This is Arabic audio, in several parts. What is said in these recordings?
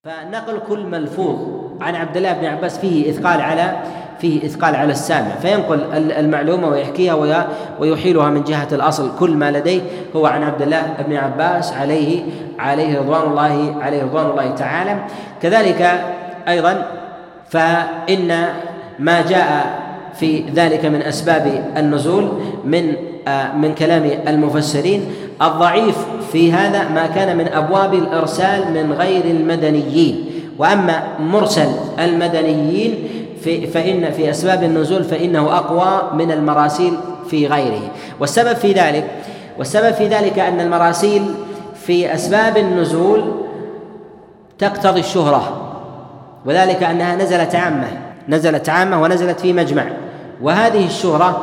فنقل كل ملفوظ عن عبد الله بن عباس فيه إثقال على السامع، فينقل المعلومة ويحكيها ويحيلها من جهة الأصل. كل ما لديه هو عن عبد الله بن عباس عليه رضوان الله تعالى. كذلك أيضا فإن ما جاء في ذلك من أسباب النزول من كلام المفسرين الضعيف في هذا ما كان من أبواب الإرسال من غير المدنيين، وأما مرسل المدنيين فإن في أسباب النزول فإنه أقوى من المراسيل في غيره. والسبب في ذلك أن المراسيل في أسباب النزول تقتضي الشهرة، وذلك أنها نزلت عامة ونزلت في مجمع، وهذه الشهرة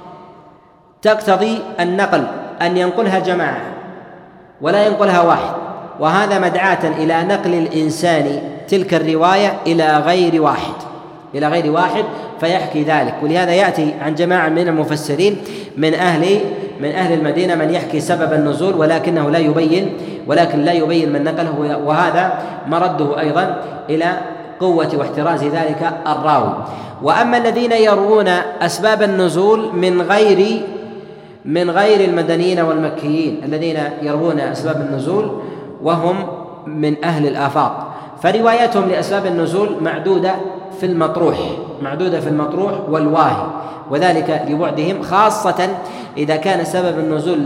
تقتضي النقل أن ينقلها جماعة ولا ينقلها واحد، وهذا مدعاة إلى نقل الإنسان تلك الرواية إلى غير واحد فيحكي ذلك. ولهذا يأتي عن جماعة من المفسرين من أهل المدينة من يحكي سبب النزول ولكن لا يبين من نقله، وهذا مرده أيضا إلى قوة واحتراز ذلك الراوي. وأما الذين يروون أسباب النزول من غير المدنيين والمكيين، الذين يروون أسباب النزول وهم من أهل الآفاق، فروايتهم لأسباب النزول معدودة في المطروح والواهي، وذلك لبعدهم، خاصة إذا كان سبب النزول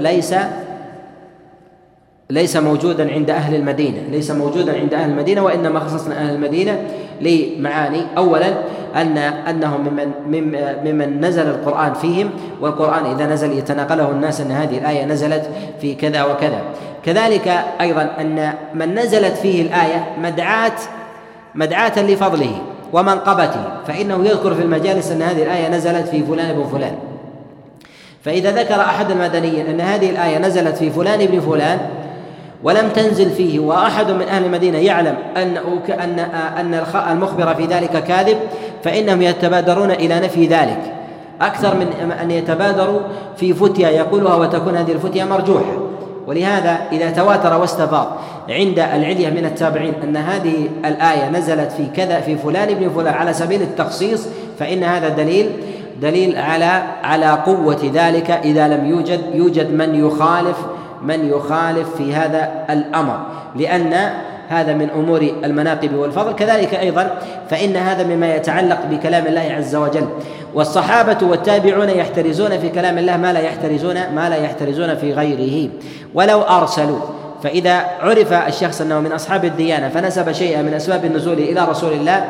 ليس موجودا عند أهل المدينة، وإنما خصصنا أهل المدينة لمعاني. أولا أنهم ممن نزل القرآن فيهم، والقرآن إذا نزل يتناقله الناس أن هذه الآية نزلت في كذا وكذا. كذلك أيضا أن من نزلت فيه الآية مدعاة لفضله ومنقبته، فإنه يذكر في المجالس أن هذه الآية نزلت في فلان بن فلان. فإذا ذكر أحد المدنيين أن هذه الآية نزلت في فلان بن فلان ولم تنزل فيه، وأحد من أهل المدينة يعلم أن المخبر في ذلك كاذب، فإنهم يتبادرون إلى نفي ذلك أكثر من أن يتبادروا في فتيا يقولها وتكون هذه الفتيا مرجوحة. ولهذا إذا تواتر واستفاض عند العلية من التابعين أن هذه الآية نزلت في كذا في فلان بن فلان على سبيل التخصيص، فإن هذا دليل على قوة ذلك إذا لم يوجد من يخالف في هذا الأمر، لأن هذا من أمور المناقب والفضل. كذلك أيضا فإن هذا مما يتعلق بكلام الله عز وجل، والصحابة والتابعون يحترزون في كلام الله ما لا يحترزون في غيره ولو أرسلوا. فإذا عرف الشخص أنه من أصحاب الديانة فنسب شيئا من أسباب النزول إلى رسول الله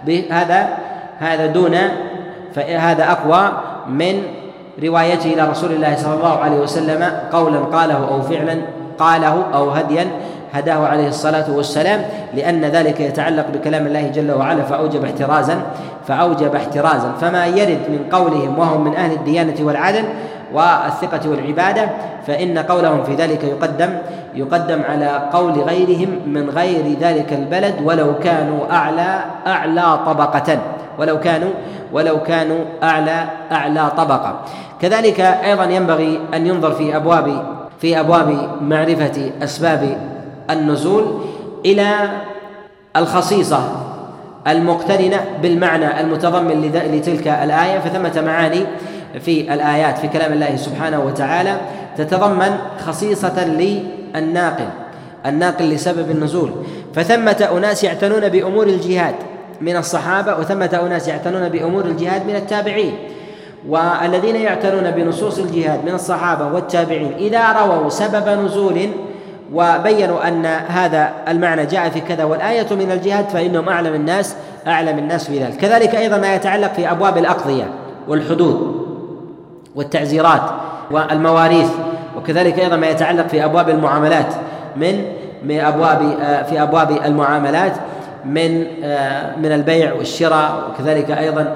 فهذا أقوى من روايته إلى رسول الله صلى الله عليه وسلم قولا قاله أو فعلا قاله أو هديا هداه عليه الصلاة والسلام، لأن ذلك يتعلق بكلام الله جل وعلا فأوجب احترازا. فما يرد من قولهم وهم من أهل الديانة والعدل والثقة والعبادة فإن قولهم في ذلك يقدم على قول غيرهم من غير ذلك البلد ولو كانوا أعلى طبقة ولو كانوا أعلى طبقة. كذلك أيضا ينبغي أن ينظر في أبواب معرفة أسباب النزول إلى الخصيصة المقترنة بالمعنى المتضمن لتلك الآية، فثمة معاني في الآيات في كلام الله سبحانه وتعالى تتضمن خصيصة للناقل لسبب النزول. فثمة أناس يعتنون بأمور الجهاد من الصحابة، وثمة أناس يعتنون بأمور الجهاد من التابعين. والذين يعتنون بنصوص الجهاد من الصحابة والتابعين إذا رووا سبب نزول وبينوا أن هذا المعنى جاء في كذا والآية من الجهاد فإنهم أعلم الناس بذلك. كذلك أيضا ما يتعلق في أبواب الأقضية والحدود والتعزيرات والمواريث، وكذلك أيضا ما يتعلق في أبواب المعاملات في أبواب المعاملات من البيع والشراء، وكذلك أيضا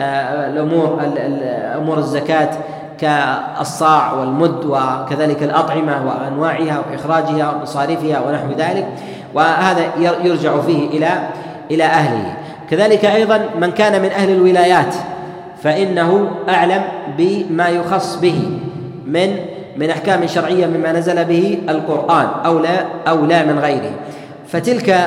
أمور الزكاة كالصاع والمد، وكذلك الأطعمة وأنواعها وإخراجها ومصاريفها ونحو ذلك، وهذا يرجع فيه إلى أهله. كذلك أيضا من كان من أهل الولايات فإنه أعلم بما يخص به من أحكام شرعية مما نزل به القرآن أو لا من غيره. فتلك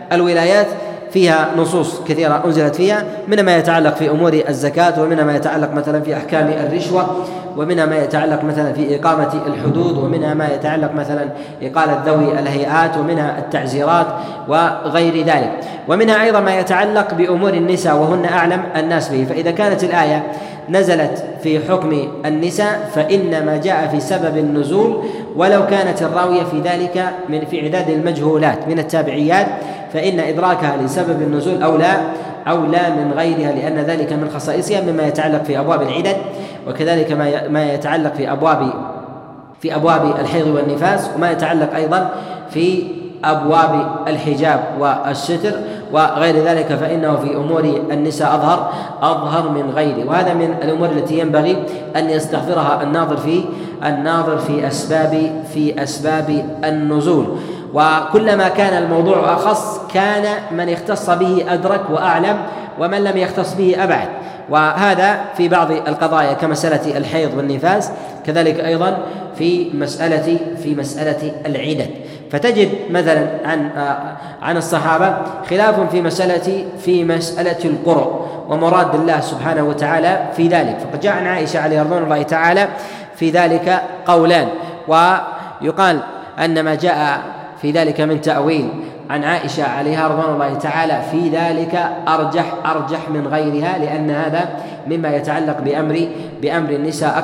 الولايات فيها نصوص كثيرة أنزلت فيها، منها ما يتعلق في أمور الزكاة، ومنها ما يتعلق مثلا في أحكام الرشوة، ومنها ما يتعلق مثلا في إقامة الحدود، ومنها ما يتعلق مثلا إقالة ذوي الهيئات، ومنها التعزيرات وغير ذلك، ومنها أيضا ما يتعلق بأمور النساء وهن أعلم الناس به. فإذا كانت الآية نزلت في حكم النساء فإنما جاء في سبب النزول، ولو كانت الراوية في ذلك في عداد المجهولات من التابعيات فإن إدراكها لسبب النزول أولى من غيرها، لأن ذلك من خصائصها مما يتعلق في أبواب العدد، وكذلك ما يتعلق في أبواب الحيض والنفاس، وما يتعلق أيضا في أبواب الحجاب والستر وغير ذلك، فإنه في أمور النساء أظهر من غيره. وهذا من الأمور التي ينبغي أن يستحضرها الناظر في أسباب النزول. وكلما كان الموضوع أخص كان من اختص به أدرك وأعلم، ومن لم يختص به أبعد. وهذا في بعض القضايا كمسألة الحيض والنفاس، كذلك أيضا في مسألة العدد. فتجد مثلا عن الصحابة خلاف في مسألة القرء ومراد الله سبحانه وتعالى في ذلك. فقد جاء عن عائشة عليه رضوان الله تعالى في ذلك قولان، ويقال أن ما جاء في ذلك من تأويل عن عائشة عليها رضوان الله تعالى في ذلك أرجح من غيرها، لأن هذا مما يتعلق بأمر النساء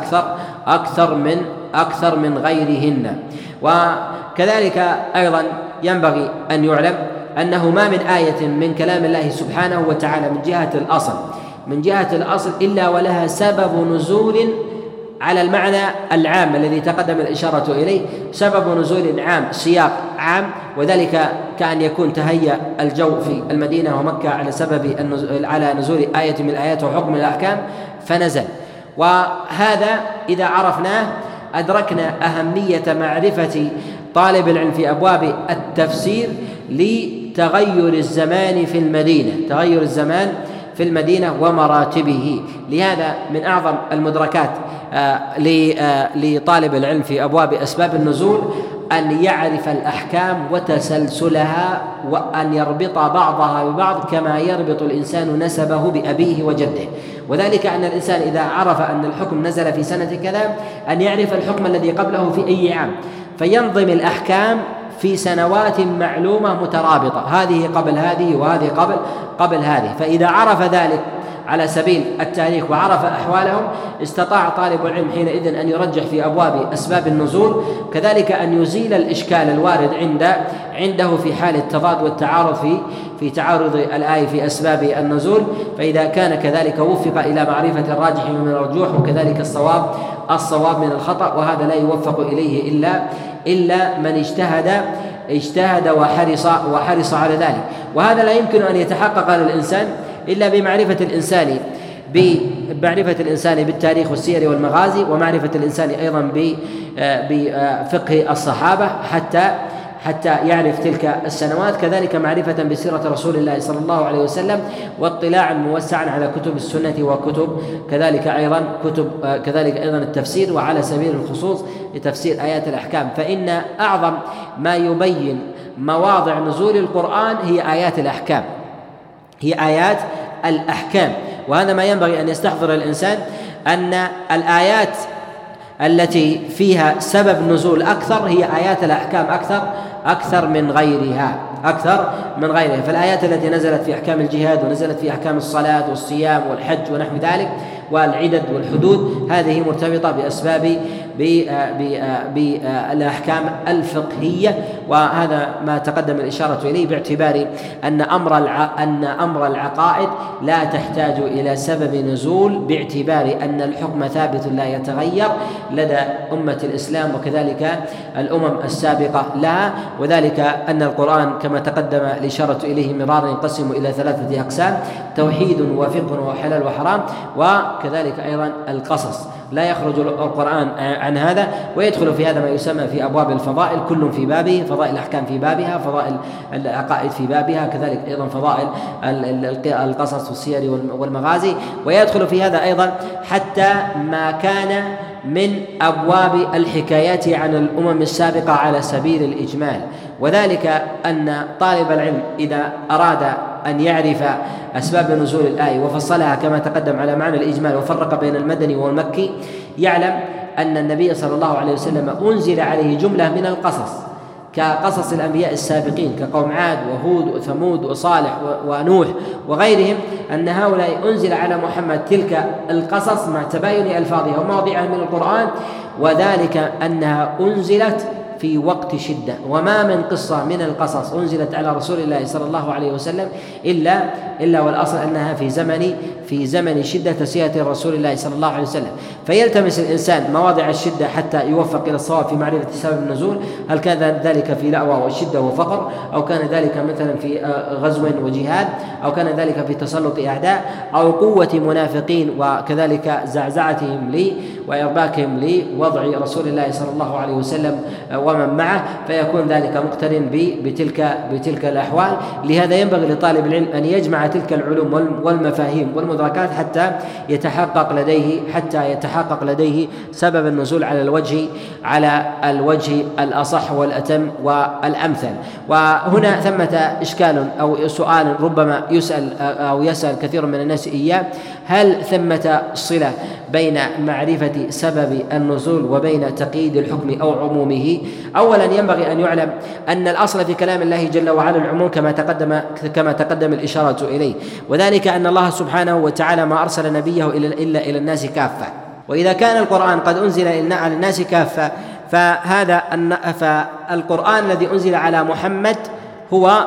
أكثر من غيرهن. وكذلك أيضا ينبغي أن يعلم أنه ما من آية من كلام الله سبحانه وتعالى من جهة الأصل إلا ولها سبب نزول على المعنى العام الذي تقدم الإشارة إليه، سبب نزول عام، سياق عام، وذلك كأن يكون تهيأ الجو في المدينة ومكة على نزول آية من الآيات وحكم من الأحكام فنزل. وهذا إذا عرفناه أدركنا أهمية معرفة طالب العلم في أبواب التفسير لتغير الزمان في المدينة ومراتبه. لهذا من أعظم المدركات لطالب العلم في أبواب أسباب النزول أن يعرف الأحكام وتسلسلها، وأن يربط بعضها ببعض كما يربط الإنسان نسبه بأبيه وجده. وذلك أن الإنسان إذا عرف أن الحكم نزل في سنة كذا أن يعرف الحكم الذي قبله في أي عام، فينظم الأحكام في سنوات معلومة مترابطة، هذه قبل هذه وهذه قبل هذه. فإذا عرف ذلك على سبيل التاريخ وعرف أحوالهم استطاع طالب العلم حينئذ أن يرجح في أبواب أسباب النزول، كذلك أن يزيل الإشكال الوارد عنده في حال التضاد والتعارض في تعارض الآية في أسباب النزول. فإذا كان كذلك وفق إلى معرفة الراجح من الرجوح، وكذلك الصواب من الخطأ، وهذا لا يوفق إليه إلا من اجتهد وحرص على ذلك. وهذا لا يمكن أن يتحقق للإنسان إلا بمعرفة الإنسان بالتاريخ والسير والمغازي، ومعرفة الإنسان أيضا بفقه الصحابة حتى يعرف تلك السنوات، كذلك معرفة بسيرة رسول الله صلى الله عليه وسلم، واطلاعا موسعا على كتب السنة وكتب كذلك أيضا التفسير، وعلى سبيل الخصوص لتفسير آيات الأحكام. فإن أعظم ما يبين مواضع نزول القرآن هي آيات الأحكام. وهذا ما ينبغي أن يستحضر الإنسان، أن الآيات التي فيها سبب نزول أكثر هي آيات الأحكام أكثر من غيرها. فالآيات التي نزلت في أحكام الجهاد، ونزلت في أحكام الصلاة والصيام والحج ونحو ذلك والعدد والحدود، هذه مرتبطة بأسباب بالأحكام الفقهية. وهذا ما تقدم الإشارة إليه، باعتبار أن أمر العقائد لا تحتاج إلى سبب نزول، باعتبار أن الحكم ثابت لا يتغير لدى أمة الإسلام وكذلك الأمم السابقة لها. وذلك أن القرآن كما تقدم الإشارة إليه مرارا ينقسم إلى 3 أقسام: توحيد وفقه وحلال وحرام، وكذلك أيضا القصص. لا يخرج القرآن عن هذا، ويدخل في هذا ما يسمى في أبواب الفضائل، كل في بابه، فضائل الأحكام في بابها، فضائل العقائد في بابها، كذلك أيضا فضائل القصص والسير والمغازي. ويدخل في هذا أيضا حتى ما كان من أبواب الحكايات عن الأمم السابقة على سبيل الإجمال، وذلك أن طالب العلم إذا أراد أن يعرف أسباب نزول الآية وفصلها كما تقدم على معنى الإجمال وفرق بين المدني والمكي، يعلم أن النبي صلى الله عليه وسلم أنزل عليه جملة من القصص كقصص الأنبياء السابقين كقوم عاد وهود وثمود وصالح ونوح وغيرهم، أن هؤلاء أنزل على محمد تلك القصص مع تباين ألفاظها ومواضعها من القرآن، وذلك أنها أنزلت في وقت شدة، وما من قصة من القصص أنزلت على رسول الله صلى الله عليه وسلم إلا والأصل أنها في زمن شدة سيرة رسول الله صلى الله عليه وسلم. فيلتمس الإنسان مواضع الشدة حتى يوفق إلى الصواب في معرفة سبب النزول، هل كان ذلك في لأوى وشدة وفقر، أو كان ذلك مثلا في غزو وجهاد، أو كان ذلك في تسلط أعداء، أو قوة منافقين وكذلك زعزعتهم لي وإرباكهم لوضع رسول الله صلى الله عليه وسلم ومن معه، فيكون ذلك مقترن بتلك الأحوال. لهذا ينبغي لطالب العلم أن يجمع تلك العلوم والمفاهيم والمدركات حتى يتحقق لديه سبب النزول على الوجه الأصح والأتم والأمثل. وهنا ثمة إشكال أو سؤال ربما يسأل كثير من الناس إياه: هل ثمة صلة بين معرفة سبب النزول وبين تقييد الحكم أو عمومه؟ أولا ينبغي أن يعلم أن الأصل في كلام الله جل وعلا العموم كما تقدم الإشارة إليه، وذلك أن الله سبحانه وتعالى ما أرسل نبيه إلا إلى الناس كافة، وإذا كان القرآن قد أنزل على الناس كافة فالقرآن الذي أنزل على محمد هو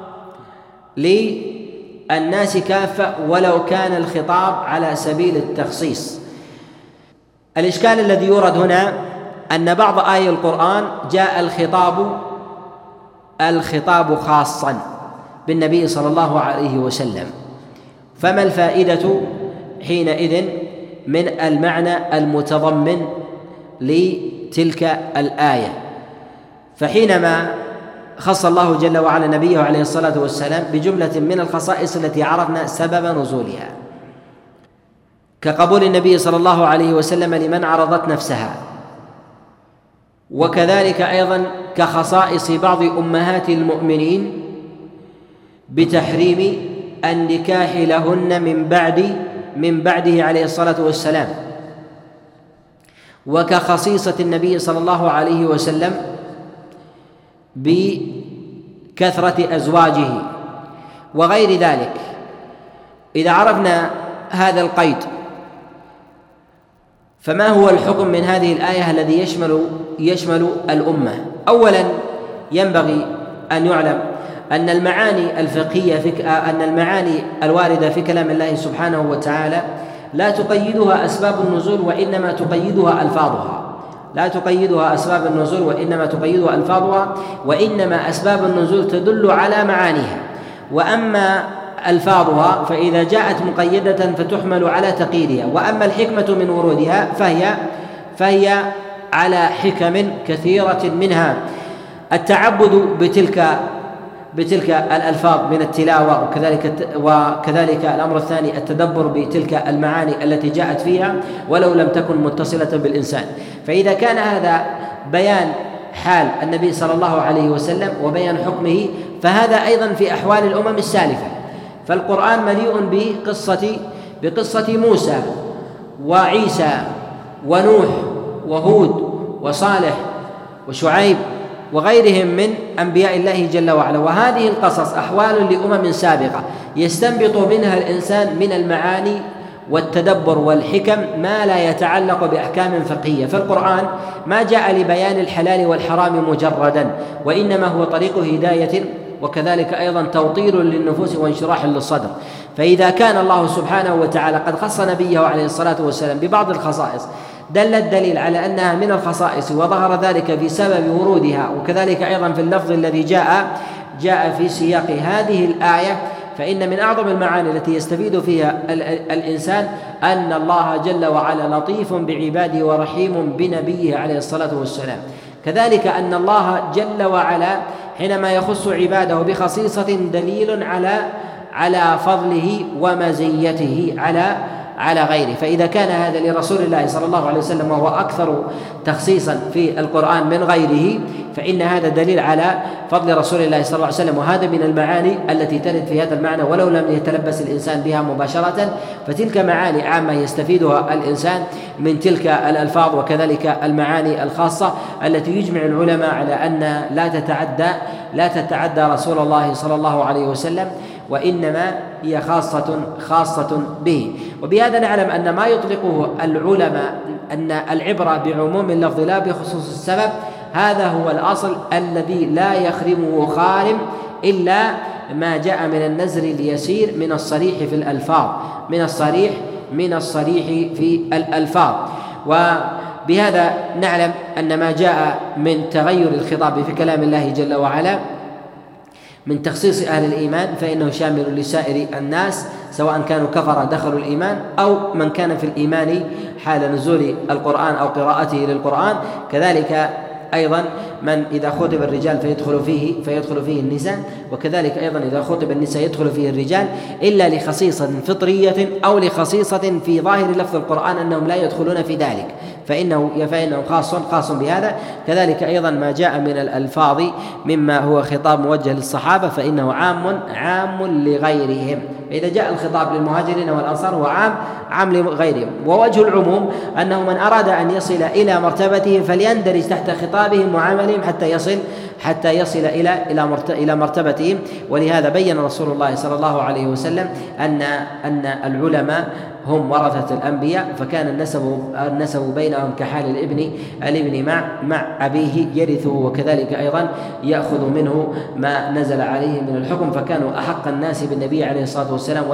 للناس كافة ولو كان الخطاب على سبيل التخصيص. الإشكال الذي يورد هنا أن بعض آية القرآن جاء الخطاب خاصا بالنبي صلى الله عليه وسلم، فما الفائدة حينئذ من المعنى المتضمن لتلك الآية؟ فحينما خص الله جل وعلا نبيه عليه الصلاة والسلام بجملة من الخصائص التي عرفنا سبب نزولها، كقبول النبي صلى الله عليه وسلم لمن عرضت نفسها، وكذلك أيضا كخصائص بعض أمهات المؤمنين بتحريم النكاح لهن من بعده عليه الصلاة والسلام، وكخصيصة النبي صلى الله عليه وسلم بكثرة أزواجه وغير ذلك. إذا عرفنا هذا القيد، فما هو الحكم من هذه الآية الذي يشمل الأمة؟ أولا ينبغي أن يعلم أن المعاني الفقهية أن المعاني الواردة في كلام الله سبحانه وتعالى لا تقيدها أسباب النزول وإنما تقيدها ألفاظها، وإنما أسباب النزول تدل على معانيها، وأما ألفاظها فإذا جاءت مقيدة فتحمل على تقييدها، وأما الحكمة من ورودها فهي على حكم كثيرة، منها التعبد بتلك الألفاظ من التلاوة، وكذلك الأمر الثاني التدبر بتلك المعاني التي جاءت فيها ولو لم تكن متصلة بالإنسان. فإذا كان هذا بيان حال النبي صلى الله عليه وسلم وبيان حكمه، فهذا أيضا في أحوال الأمم السالفة. فالقرآن مليء بقصة موسى وعيسى ونوح وهود وصالح وشعيب وغيرهم من أنبياء الله جل وعلا، وهذه القصص أحوال لأمم سابقة يستنبط منها الإنسان من المعاني والتدبر والحكم ما لا يتعلق بأحكام فقهية. فالقرآن ما جاء لبيان الحلال والحرام مجردا، وإنما هو طريق هداية وكذلك أيضا توطير للنفوس وانشراح للصدر. فإذا كان الله سبحانه وتعالى قد خص نبيه عليه الصلاة والسلام ببعض الخصائص دل الدليل على أنها من الخصائص وظهر ذلك في سبب ورودها، وكذلك أيضا في اللفظ الذي جاء في سياق هذه الآية، فإن من أعظم المعاني التي يستفيد فيها الإنسان أن الله جل وعلا لطيف بعباده ورحيم بنبيه عليه الصلاة والسلام. كذلك أن الله جل وعلا حينما يخص عباده بخصيصة دليل على فضله ومزيته على غيره. فإذا كان هذا لرسول الله صلى الله عليه وسلم وهو أكثر تخصيصا في القرآن من غيره، فإن هذا دليل على فضل رسول الله صلى الله عليه وسلم، وهذا من المعاني التي ترد في هذا المعنى ولو لم يتلبس الإنسان بها مباشرة، فتلك معاني عامة يستفيدها الإنسان من تلك الألفاظ، وكذلك المعاني الخاصة التي يجمع العلماء على أن لا تتعدى رسول الله صلى الله عليه وسلم، وإنما هي خاصة به. وبهذا نعلم أن ما يطلقه العلماء أن العبرة بعموم اللفظ لا بخصوص السبب، هذا هو الأصل الذي لا يخرمه خارم إلا ما جاء من النزر اليسير من الصريح في الألفاظ، من الصريح في الألفاظ. وبهذا نعلم أن ما جاء من تغير الخطاب في كلام الله جل وعلا من تخصيص أهل الإيمان فإنه شامل لسائر الناس، سواء كانوا كفر دخلوا الإيمان أو من كان في الإيمان حال نزول القرآن أو قراءته للقرآن. كذلك أيضا من إذا خطب الرجال فيدخل فيه النساء، وكذلك أيضا إذا خطب النساء يدخل فيه الرجال، إلا لخصيصة فطرية أو لخصيصة في ظاهر لفظ القرآن أنهم لا يدخلون في ذلك، فإنه خاص بهذا. كذلك أيضا ما جاء من الألفاظ مما هو خطاب موجه للصحابة فإنه عام لغيرهم. إذا جاء الخطاب للمهاجرين والأنصار هو عام لغيرهم. ووجه العموم أنه من أراد أن يصل إلى مرتبتهم فليندرج تحت خطابهم وعملهم حتى يصل إلى مرتبتهم. ولهذا بين رسول الله صلى الله عليه وسلم أن العلماء هم ورثة الأنبياء، فكان النسب بينهم كحال الابن مع أبيه يرثه، وكذلك أيضا يأخذ منه ما نزل عليه من الحكم، فكانوا أحق الناس بالنبي عليه الصلاة والسلام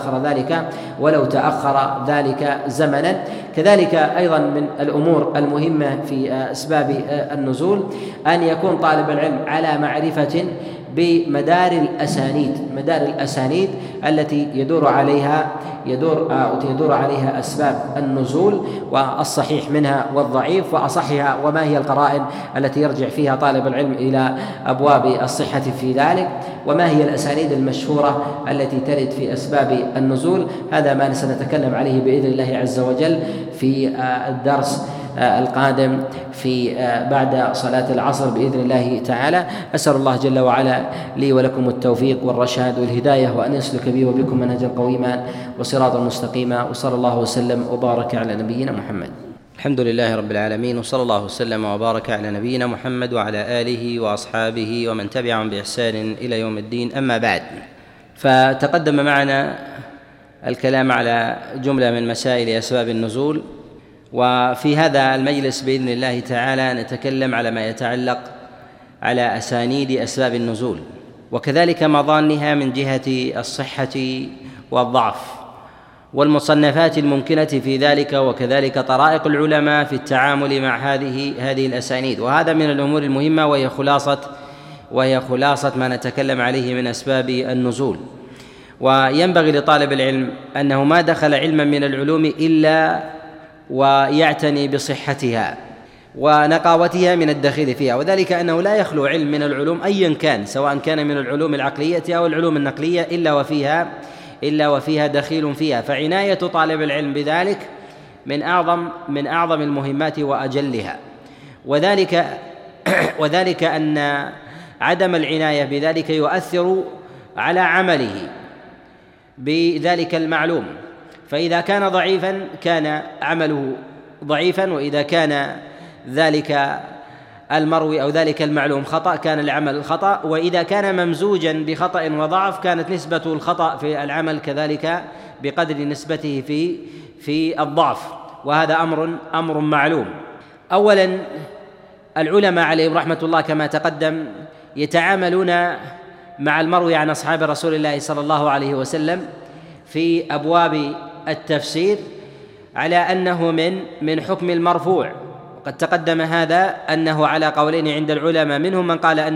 ولو تأخر ذلك زمنا. كذلك أيضا من الأمور المهمة في أسباب النزول أن يكون طالب العلم على معرفة بمدار الأسانيد التي يدور عليها أسباب النزول، والصحيح منها والضعيف وأصحها، وما هي القرائن التي يرجع فيها طالب العلم إلى أبواب الصحة في ذلك، وما هي الأسانيد المشهورة التي ترد في أسباب النزول. هذا ما سنتكلم عليه بإذن الله عز وجل في الدرس القادم بعد صلاة العصر بإذن الله تعالى. أسأل الله جل وعلا لي ولكم التوفيق والرشاد والهداية، وأن يسلك بي وبكم منهجا قويما وصراطا مستقيما، وصلى الله وسلم وبارك على نبينا محمد. الحمد لله رب العالمين، وصلى الله وسلم وبارك على نبينا محمد وعلى آله وأصحابه ومن تبعهم بإحسان إلى يوم الدين. أما بعد، فتقدم معنا الكلام على جملة من مسائل أسباب النزول، وفي هذا المجلس بإذن الله تعالى نتكلم على ما يتعلق على أسانيد أسباب النزول، وكذلك مظانها من جهة الصحة والضعف، والمصنفات الممكنة في ذلك، وكذلك طرائق العلماء في التعامل مع هذه الأسانيد. وهذا من الأمور المهمة، وهي خلاصة ما نتكلم عليه من أسباب النزول. وينبغي لطالب العلم أنه ما دخل علما من العلوم إلا ويعتني بصحتها ونقاوتها من الدخيل فيها، وذلك أنه لا يخلو علم من العلوم أيا كان، سواء كان من العلوم العقلية أو العلوم النقلية، إلا وفيها دخيل فيها. فعناية طالب العلم بذلك من أعظم المهمات وأجلها، وذلك أن عدم العناية بذلك يؤثر على عمله بذلك المعلوم، فإذا كان ضعيفا كان عمله ضعيفا، وإذا كان ذلك المروي أو ذلك المعلوم خطأ كان العمل خطأ، وإذا كان ممزوجا بخطأ وضعف كانت نسبة الخطأ في العمل كذلك بقدر نسبته في الضعف، وهذا أمر معلوم. أولا، العلماء عليهم رحمة الله كما تقدم يتعاملون مع المروي عن أصحاب رسول الله صلى الله عليه وسلم في أبواب التفسير على أنه من حكم المرفوع، وقد تقدم هذا أنه على قولين عند العلماء، منهم من قال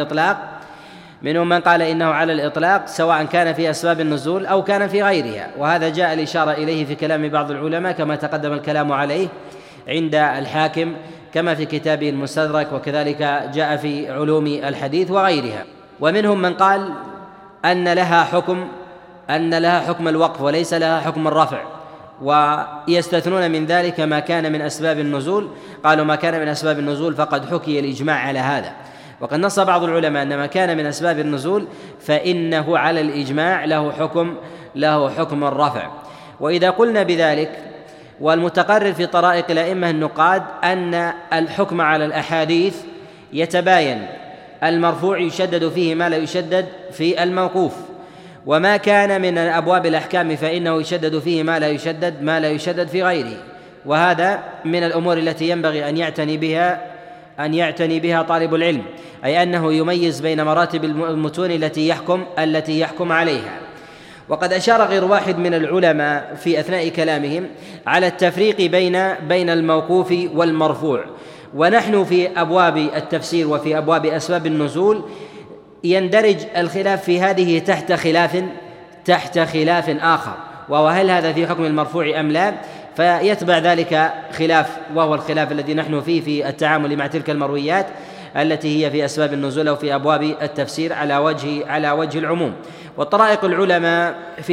إنه على الإطلاق سواء كان في أسباب النزول أو كان في غيرها، وهذا جاء الإشارة إليه في كلام بعض العلماء كما تقدم الكلام عليه عند الحاكم كما في كتابه المستدرك، وكذلك جاء في علوم الحديث وغيرها. ومنهم من قال أن لها حكم الوقف وليس لها حكم الرفع، ويستثنون من ذلك ما كان من أسباب النزول. قالوا ما كان من أسباب النزول فقد حكي الإجماع على هذا، وقد نص بعض العلماء أن ما كان من أسباب النزول فإنه على الإجماع له حكم الرفع. وإذا قلنا بذلك، والمتقرر في طرائق الأئمة النقاد أن الحكم على الأحاديث يتباين، المرفوع يشدد فيه ما لا يشدد في الموقوف، وما كان من أبواب الأحكام فإنه يشدد فيه ما لا يشدد في غيره. وهذا من الأمور التي ينبغي أن يعتني بها طالب العلم، أي أنه يميز بين مراتب المتون التي يحكم عليها. وقد أشار غير واحد من العلماء في أثناء كلامهم على التفريق بين الموقوف والمرفوع. ونحن في أبواب التفسير وفي أبواب أسباب النزول يندرج الخلاف في هذه تحت خلاف آخر، وهو هل هذا في حكم المرفوع أم لا؟ فيتبع ذلك خلاف، وهو الخلاف الذي نحن فيه في التعامل مع تلك المرويات التي هي في أسباب النزول أو في أبواب التفسير على وجه العموم. وطرائق العلماء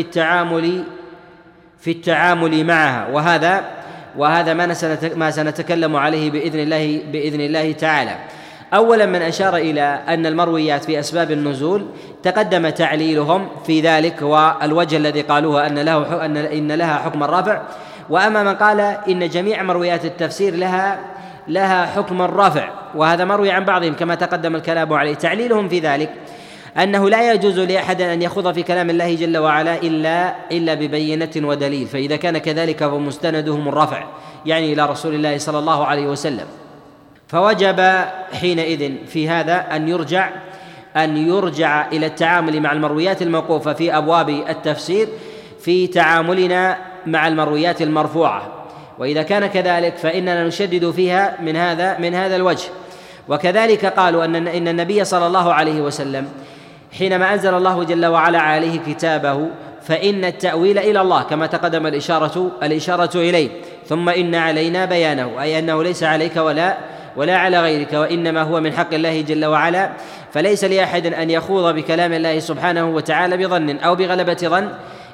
في التعامل معها، وهذا ما سنتكلم عليه بإذن الله تعالى. أولا من أشار إلى أن المرويات في أسباب النزول تقدم تعليلهم في ذلك، والوجه الذي قالوه إن لها حكم الرفع. وأما من قال إن جميع مرويات التفسير لها حكم الرفع، وهذا مروي عن بعضهم كما تقدم الكلام عليه، تعليلهم في ذلك أنه لا يجوز لأحد أن يخوض في كلام الله جل وعلا إلا ببينة ودليل، فإذا كان كذلك فمستندهم الرفع، يعني إلى رسول الله صلى الله عليه وسلم. فوجب حينئذ في هذا أن يرجع إلى التعامل مع المرويات الموقوفة في أبواب التفسير في تعاملنا مع المرويات المرفوعة، وإذا كان كذلك فإننا نشدد فيها من هذا الوجه. وكذلك قالوا إن النبي صلى الله عليه وسلم حينما أنزل الله جل وعلا عليه كتابه فإن التأويل إلى الله كما تقدم الإشارة إليه، ثم إن علينا بيانه، أي أنه ليس عليك ولا على غيرك، وإنما هو من حق الله جل وعلا، فليس لأحد أن يخوض بكلام الله سبحانه وتعالى بظن أو بغلبة ظن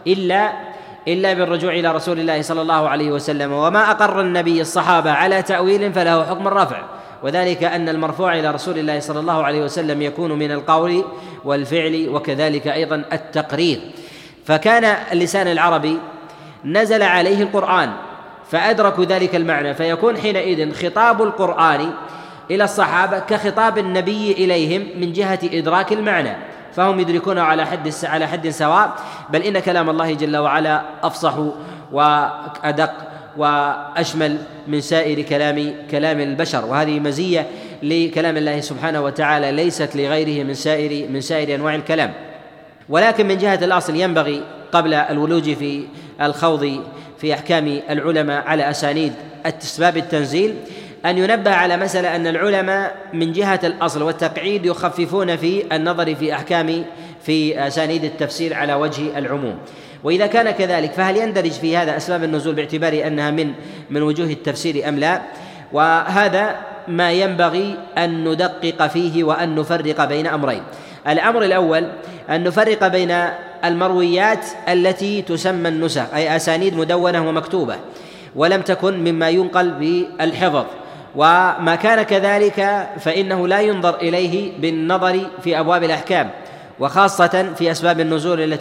إلا بالرجوع إلى رسول الله صلى الله عليه وسلم. وما أقر النبي الصحابة على تأويل فله حكم الرفع، وذلك أن المرفوع إلى رسول الله صلى الله عليه وسلم يكون من القول والفعل وكذلك أيضا التقرير. فكان اللسان العربي نزل عليه القرآن فأدركوا ذلك المعنى، فيكون حينئذ خطاب القرآن إلى الصحابة كخطاب النبي إليهم من جهة إدراك المعنى، فهم يدركونه على حد سواء، بل إن كلام الله جل وعلا أفصح وأدق وأشمل من سائر كلام البشر، وهذه مزية لكلام الله سبحانه وتعالى ليست لغيره من سائر أنواع الكلام. ولكن من جهة الأصل ينبغي قبل الولوج في الخوض في أحكام العلماء على أسانيد أسباب التنزيل أن ينبه على مسألة أن العلماء من جهة الأصل والتقعيد يخففون في النظر في أسانيد التفسير على وجه العموم. وإذا كان كذلك فهل يندرج في هذا أسباب النزول باعتبار أنها من وجوه التفسير أم لا؟ وهذا ما ينبغي أن ندقق فيه وأن نفرق بين أمرين. الأمر الأول أن نفرق بين المرويات التي تسمى النسخ، أي أسانيد مدونة ومكتوبة ولم تكن مما ينقل بالحفظ، وما كان كذلك فإنه لا ينظر إليه بالنظر في أبواب الأحكام، وخاصة في أسباب النزول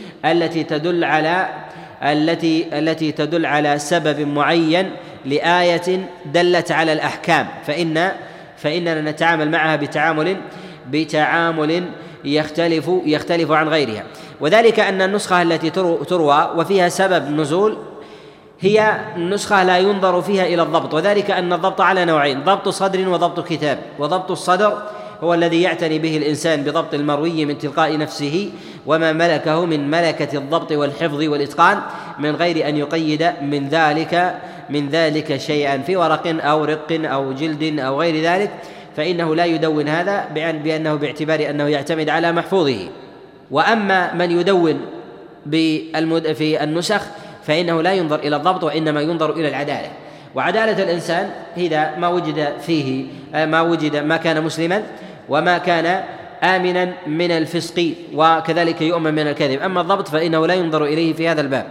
التي تدل على سبب معين لآية دلت على الأحكام، فإننا نتعامل معها بتعامل يختلف عن غيرها. وذلك أن النسخة التي تروى وفيها سبب نزول هي نسخة لا ينظر فيها إلى الضبط، وذلك أن الضبط على نوعين: ضبط صدر وضبط كتاب. وضبط الصدر هو الذي يعتني به الإنسان بضبط المروي من تلقاء نفسه وما ملكه من ملكة الضبط والحفظ والإتقان من غير أن يقيد من ذلك شيئا في ورق أو رق أو جلد أو غير ذلك، فإنه لا يدون هذا بأنه باعتبار أنه يعتمد على محفوظه. وأما من يدون في النسخ فإنه لا ينظر إلى الضبط وإنما ينظر إلى العدالة، وعدالة الإنسان إذا ما وجد فيه ما كان مسلما وما كان آمنا من الفسق وكذلك يؤمن من الكذب. أما الضبط فإنه لا ينظر إليه في هذا الباب.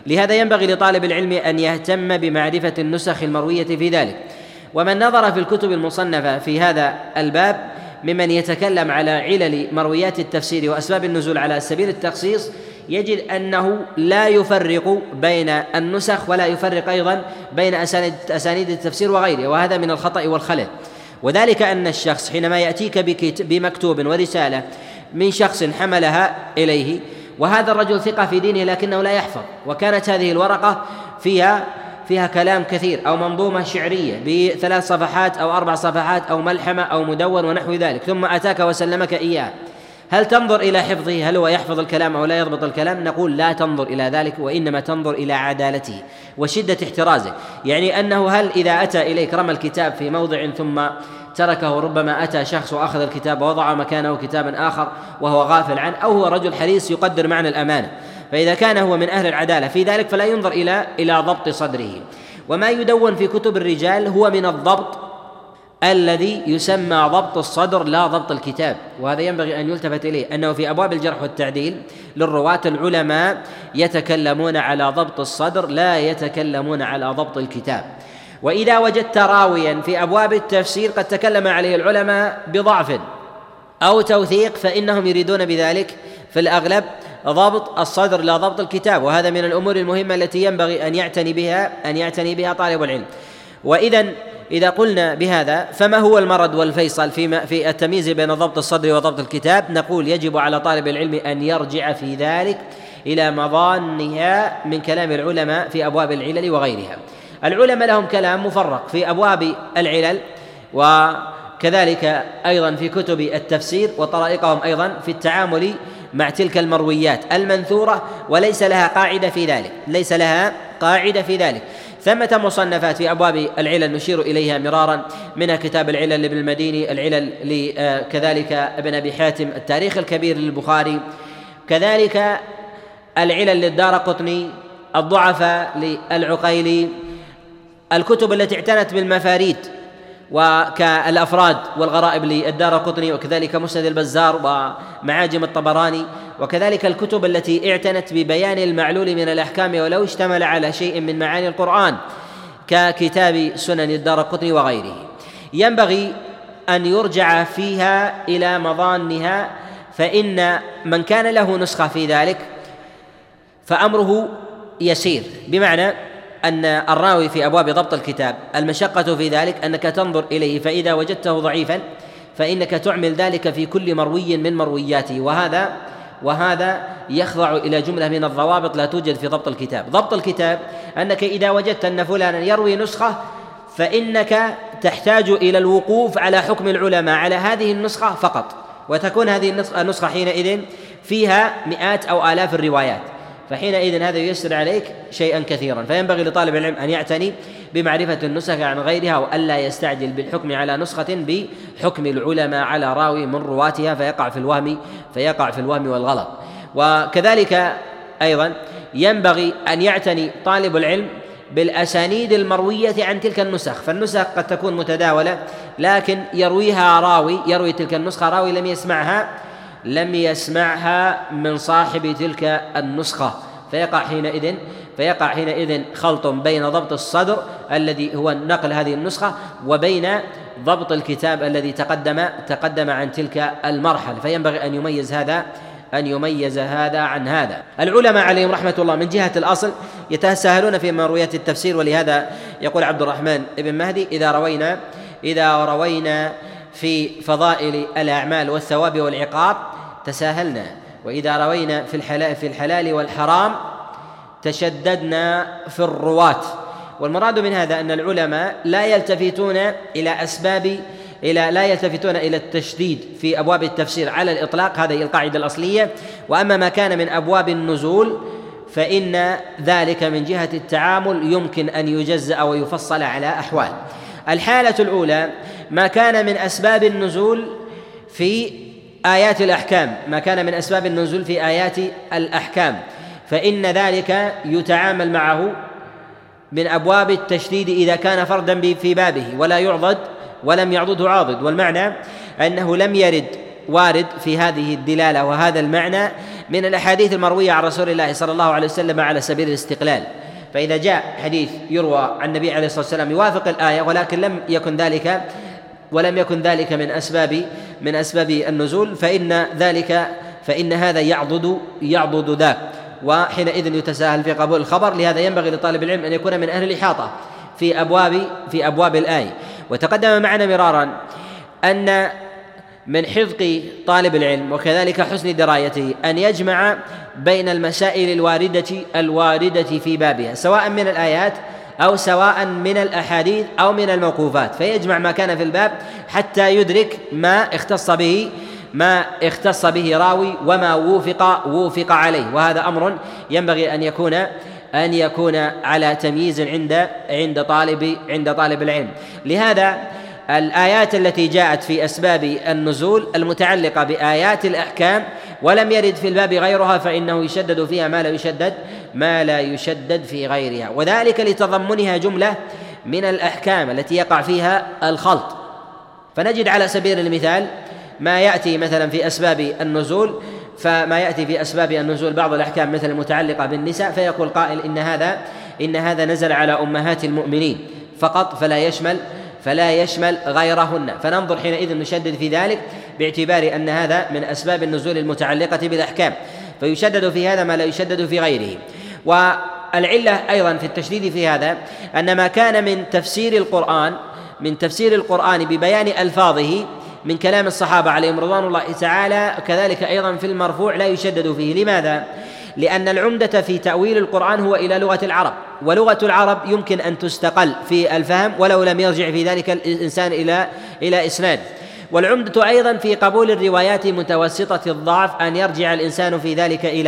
لهذا ينبغي لطالب العلم أن يهتم بمعرفة النسخ المروية في ذلك. ومن نظر في الكتب المصنفة في هذا الباب ممن يتكلم على علل مرويات التفسير وأسباب النزول على سبيل التخصيص يجد أنه لا يفرق بين النسخ ولا يفرق أيضا بين أسانيد التفسير وغيره، وهذا من الخطأ والخلل. وذلك أن الشخص حينما يأتيك بمكتوب ورسالة من شخص حملها إليه، وهذا الرجل ثقة في دينه لكنه لا يحفظ، وكانت هذه الورقة فيها كلام كثير أو منظومة شعرية ب3 صفحات أو 4 صفحات أو ملحمة أو مدون ونحو ذلك، ثم أتاك وسلمك إياه، هل تنظر إلى حفظه؟ هل هو يحفظ الكلام أو لا يضبط الكلام؟ نقول لا تنظر إلى ذلك، وإنما تنظر إلى عدالته وشدة احترازه. يعني أنه هل إذا أتى إليك رمى الكتاب في موضع ثم تركه، ربما أتى شخص وأخذ الكتاب ووضع مكانه كتابا آخر وهو غافل عنه، أو هو رجل حريص يقدر معنى الأمانة، فإذا كان هو من أهل العدالة في ذلك فلا ينظر إلى ضبط صدره. وما يدون في كتب الرجال هو من الضبط الذي يسمى ضبط الصدر لا ضبط الكتاب، وهذا ينبغي أن يلتفت إليه، أنه في أبواب الجرح والتعديل للرواة العلماء يتكلمون على ضبط الصدر لا يتكلمون على ضبط الكتاب. وإذا وجدت راويا في أبواب التفسير قد تكلم عليه العلماء بضعف أو توثيق فإنهم يريدون بذلك في الأغلب ضبط الصدر لا ضبط الكتاب، وهذا من الأمور المهمة التي ينبغي أن يعتني بها طالب العلم. إذا قلنا بهذا فما هو المرد والفيصل في التمييز بين ضبط الصدر وضبط الكتاب؟ نقول يجب على طالب العلم أن يرجع في ذلك إلى مظانها من كلام العلماء في أبواب العلل وغيرها. العلماء لهم كلام مفرق في أبواب العلل، وكذلك أيضا في كتب التفسير، وطرائقهم أيضا في التعامل مع تلك المرويات المنثورة، وليس لها قاعدة في ذلك. ثمة مصنفات في أبواب العلل نشير إليها مرارا، منها كتاب العلل لابن المديني، العلل كذلك ابن أبي حاتم، التاريخ الكبير للبخاري، كذلك العلل للدارقطني، الضعفاء للعقيلي، الكتب التي اعتنت بالمفاريد وكالأفراد والغرائب للدارقطني، وكذلك مسند البزار ومعاجم الطبراني، وكذلك الكتب التي اعتنت ببيان المعلول من الأحكام ولو اشتمل على شيء من معاني القرآن ككتاب سنن الدارقطني وغيره. ينبغي أن يرجع فيها إلى مظانها، فإن من كان له نسخة في ذلك فأمره يسير، بمعنى أن الراوي في أبواب ضبط الكتاب المشقة في ذلك أنك تنظر إليه، فإذا وجدته ضعيفا فإنك تعمل ذلك في كل مروي من مروياته، وهذا يخضع إلى جملة من الضوابط لا توجد في ضبط الكتاب. ضبط الكتاب أنك إذا وجدت أن فلانا يروي نسخة فإنك تحتاج إلى الوقوف على حكم العلماء على هذه النسخة فقط، وتكون هذه النسخة حينئذ فيها مئات أو آلاف الروايات، فحينئذ هذا ييسر عليك شيئا كثيرا. فينبغي لطالب العلم أن يعتني بمعرفة النسخ عن غيرها، وألا يستعجل بالحكم على نسخة بحكم العلماء على راوي من رواتها فيقع في الوهم والغلط. وكذلك أيضا ينبغي أن يعتني طالب العلم بالأسانيد المروية عن تلك النسخ، فالنسخ قد تكون متداولة لكن يروي تلك النسخة راوي لم يسمعها من صاحب تلك النسخة، فيقع حينئذ خلط بين ضبط الصدر الذي هو نقل هذه النسخة وبين ضبط الكتاب الذي تقدم عن تلك المرحلة، فينبغي أن يميز هذا عن هذا. العلماء عليهم رحمة الله من جهة الأصل يتساهلون في مرويات التفسير، ولهذا يقول عبد الرحمن بن مهدي: إذا روينا في فضائل الأعمال والثواب والعقاب تساهلنا، وإذا روينا في الحلال والحرام تشددنا في الرواة. والمراد من هذا أن العلماء لا يلتفتون إلى التشديد في أبواب التفسير على الإطلاق، هذه القاعدة الأصلية. وأما ما كان من أبواب النزول فإن ذلك من جهة التعامل يمكن أن يجزأ ويفصل على أحوال. الحالة الأولى ما كان من أسباب النزول في آيات الأحكام، فإن ذلك يتعامل معه من أبواب التشديد إذا كان فردا في بابه ولا يعضد ولم يعضده عاضد، والمعنى أنه لم يرد وارد في هذه الدلالة وهذا المعنى من الأحاديث المروية عن رسول الله صلى الله عليه وسلم على سبيل الاستقلال. فإذا جاء حديث يروى عن النبي عليه الصلاة والسلام يوافق الآية ولكن لم يكن ذلك من أسباب النزول، فإن هذا يعضد ذاك، وحينئذ يتساهل في قبول الخبر. لهذا ينبغي لطالب العلم أن يكون من أهل الإحاطة في أبواب الآية. وتقدم معنا مرارا أن من حذق طالب العلم وكذلك حسن درايته أن يجمع بين المسائل الواردة في بابها، سواء من الآيات أو سواء من الأحاديث أو من الموقوفات، فيجمع ما كان في الباب حتى يدرك ما اختص به راوي وما ووفق عليه. وهذا أمر ينبغي أن يكون على تمييز عند طالب العلم. لهذا الآيات التي جاءت في أسباب النزول المتعلقة بآيات الأحكام ولم يرد في الباب غيرها فإنه يشدد فيها ما لا يشدد في غيرها، وذلك لتضمنها جملة من الأحكام التي يقع فيها الخلط. فنجد على سبيل المثال ما يأتي مثلا في أسباب النزول، فما يأتي في أسباب النزول بعض الأحكام مثل المتعلقة بالنساء، فيقول قائل إن هذا نزل على أمهات المؤمنين فقط فلا يشمل غيرهن، فننظر حينئذ نشدد في ذلك باعتبار أن هذا من أسباب النزول المتعلقة بالأحكام، فيشدد في هذا ما لا يشدد في غيره. والعلة أيضا في التشديد في هذا أن ما كان من تفسير القرآن ببيان ألفاظه من كلام الصحابة عليهم رضوان الله تعالى، كذلك أيضا في المرفوع لا يشدد فيه. لماذا؟ لأن العمدة في تأويل القرآن هو إلى لغة العرب، ولغة العرب يمكن أن تستقل في الفهم ولو لم يرجع في ذلك الإنسان إلى إسناد. والعمدة أيضا في قبول الروايات متوسطة الضعف أن يرجع الإنسان في